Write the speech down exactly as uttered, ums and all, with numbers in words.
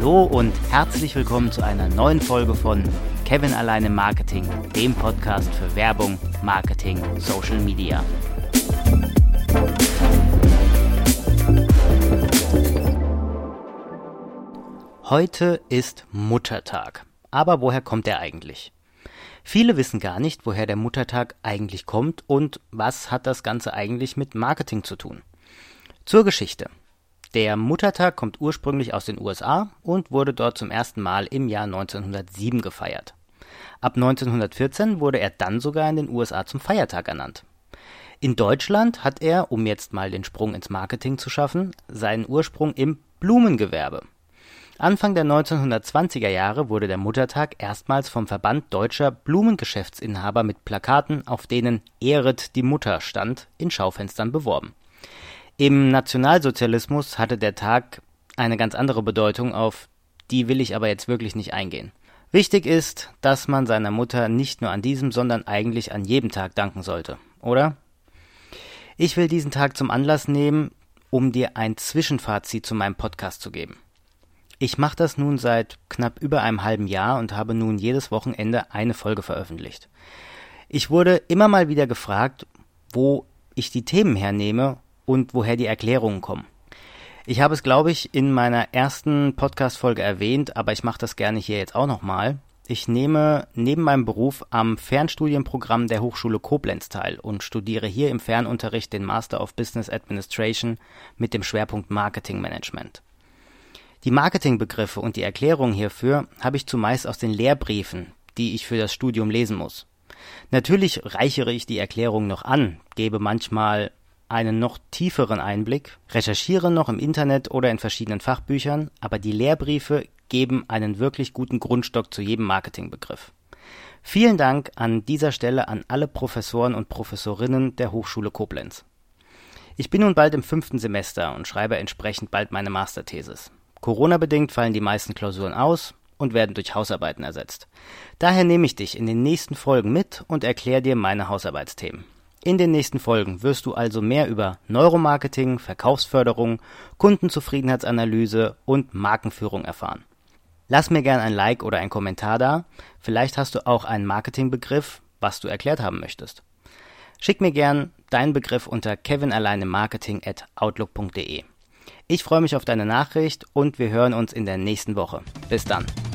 Hallo und herzlich willkommen zu einer neuen Folge von Kevin allein im Marketing, dem Podcast für Werbung, Marketing, Social Media. Heute ist Muttertag. Aber woher kommt er eigentlich? Viele wissen gar nicht, woher der Muttertag eigentlich kommt und was hat das Ganze eigentlich mit Marketing zu tun. Zur Geschichte. Der Muttertag kommt ursprünglich aus den U S A und wurde dort zum ersten Mal im Jahr neunzehnhundertsieben gefeiert. Ab neunzehnhundertvierzehn wurde er dann sogar in den U S A zum Feiertag ernannt. In Deutschland hat er, um jetzt mal den Sprung ins Marketing zu schaffen, seinen Ursprung im Blumengewerbe. Anfang der neunzehnhundertzwanziger Jahre wurde der Muttertag erstmals vom Verband Deutscher Blumengeschäftsinhaber mit Plakaten, auf denen "Ehret die Mutter" stand, in Schaufenstern beworben. Im Nationalsozialismus hatte der Tag eine ganz andere Bedeutung, auf die will ich aber jetzt wirklich nicht eingehen. Wichtig ist, dass man seiner Mutter nicht nur an diesem, sondern eigentlich an jedem Tag danken sollte, oder? Ich will diesen Tag zum Anlass nehmen, um dir ein Zwischenfazit zu meinem Podcast zu geben. Ich mache das nun seit knapp über einem halben Jahr und habe nun jedes Wochenende eine Folge veröffentlicht. Ich wurde immer mal wieder gefragt, wo ich die Themen hernehme und woher die Erklärungen kommen. Ich habe es, glaube ich, in meiner ersten Podcast-Folge erwähnt, aber ich mache das gerne hier jetzt auch nochmal. Ich nehme neben meinem Beruf am Fernstudienprogramm der Hochschule Koblenz teil und studiere hier im Fernunterricht den Master of Business Administration mit dem Schwerpunkt Marketing Management. Die Marketingbegriffe und die Erklärungen hierfür habe ich zumeist aus den Lehrbriefen, die ich für das Studium lesen muss. Natürlich reichere ich die Erklärungen noch an, gebe manchmal einen noch tieferen Einblick, recherchiere noch im Internet oder in verschiedenen Fachbüchern, aber die Lehrbriefe geben einen wirklich guten Grundstock zu jedem Marketingbegriff. Vielen Dank an dieser Stelle an alle Professoren und Professorinnen der Hochschule Koblenz. Ich bin nun bald im fünften Semester und schreibe entsprechend bald meine Masterthesis. Corona-bedingt fallen die meisten Klausuren aus und werden durch Hausarbeiten ersetzt. Daher nehme ich dich in den nächsten Folgen mit und erkläre dir meine Hausarbeitsthemen. In den nächsten Folgen wirst du also mehr über Neuromarketing, Verkaufsförderung, Kundenzufriedenheitsanalyse und Markenführung erfahren. Lass mir gern ein Like oder einen Kommentar da. Vielleicht hast du auch einen Marketingbegriff, was du erklärt haben möchtest. Schick mir gern deinen Begriff unter kevinalleinemarketing at outlook punkt de. Ich freue mich auf deine Nachricht und wir hören uns in der nächsten Woche. Bis dann.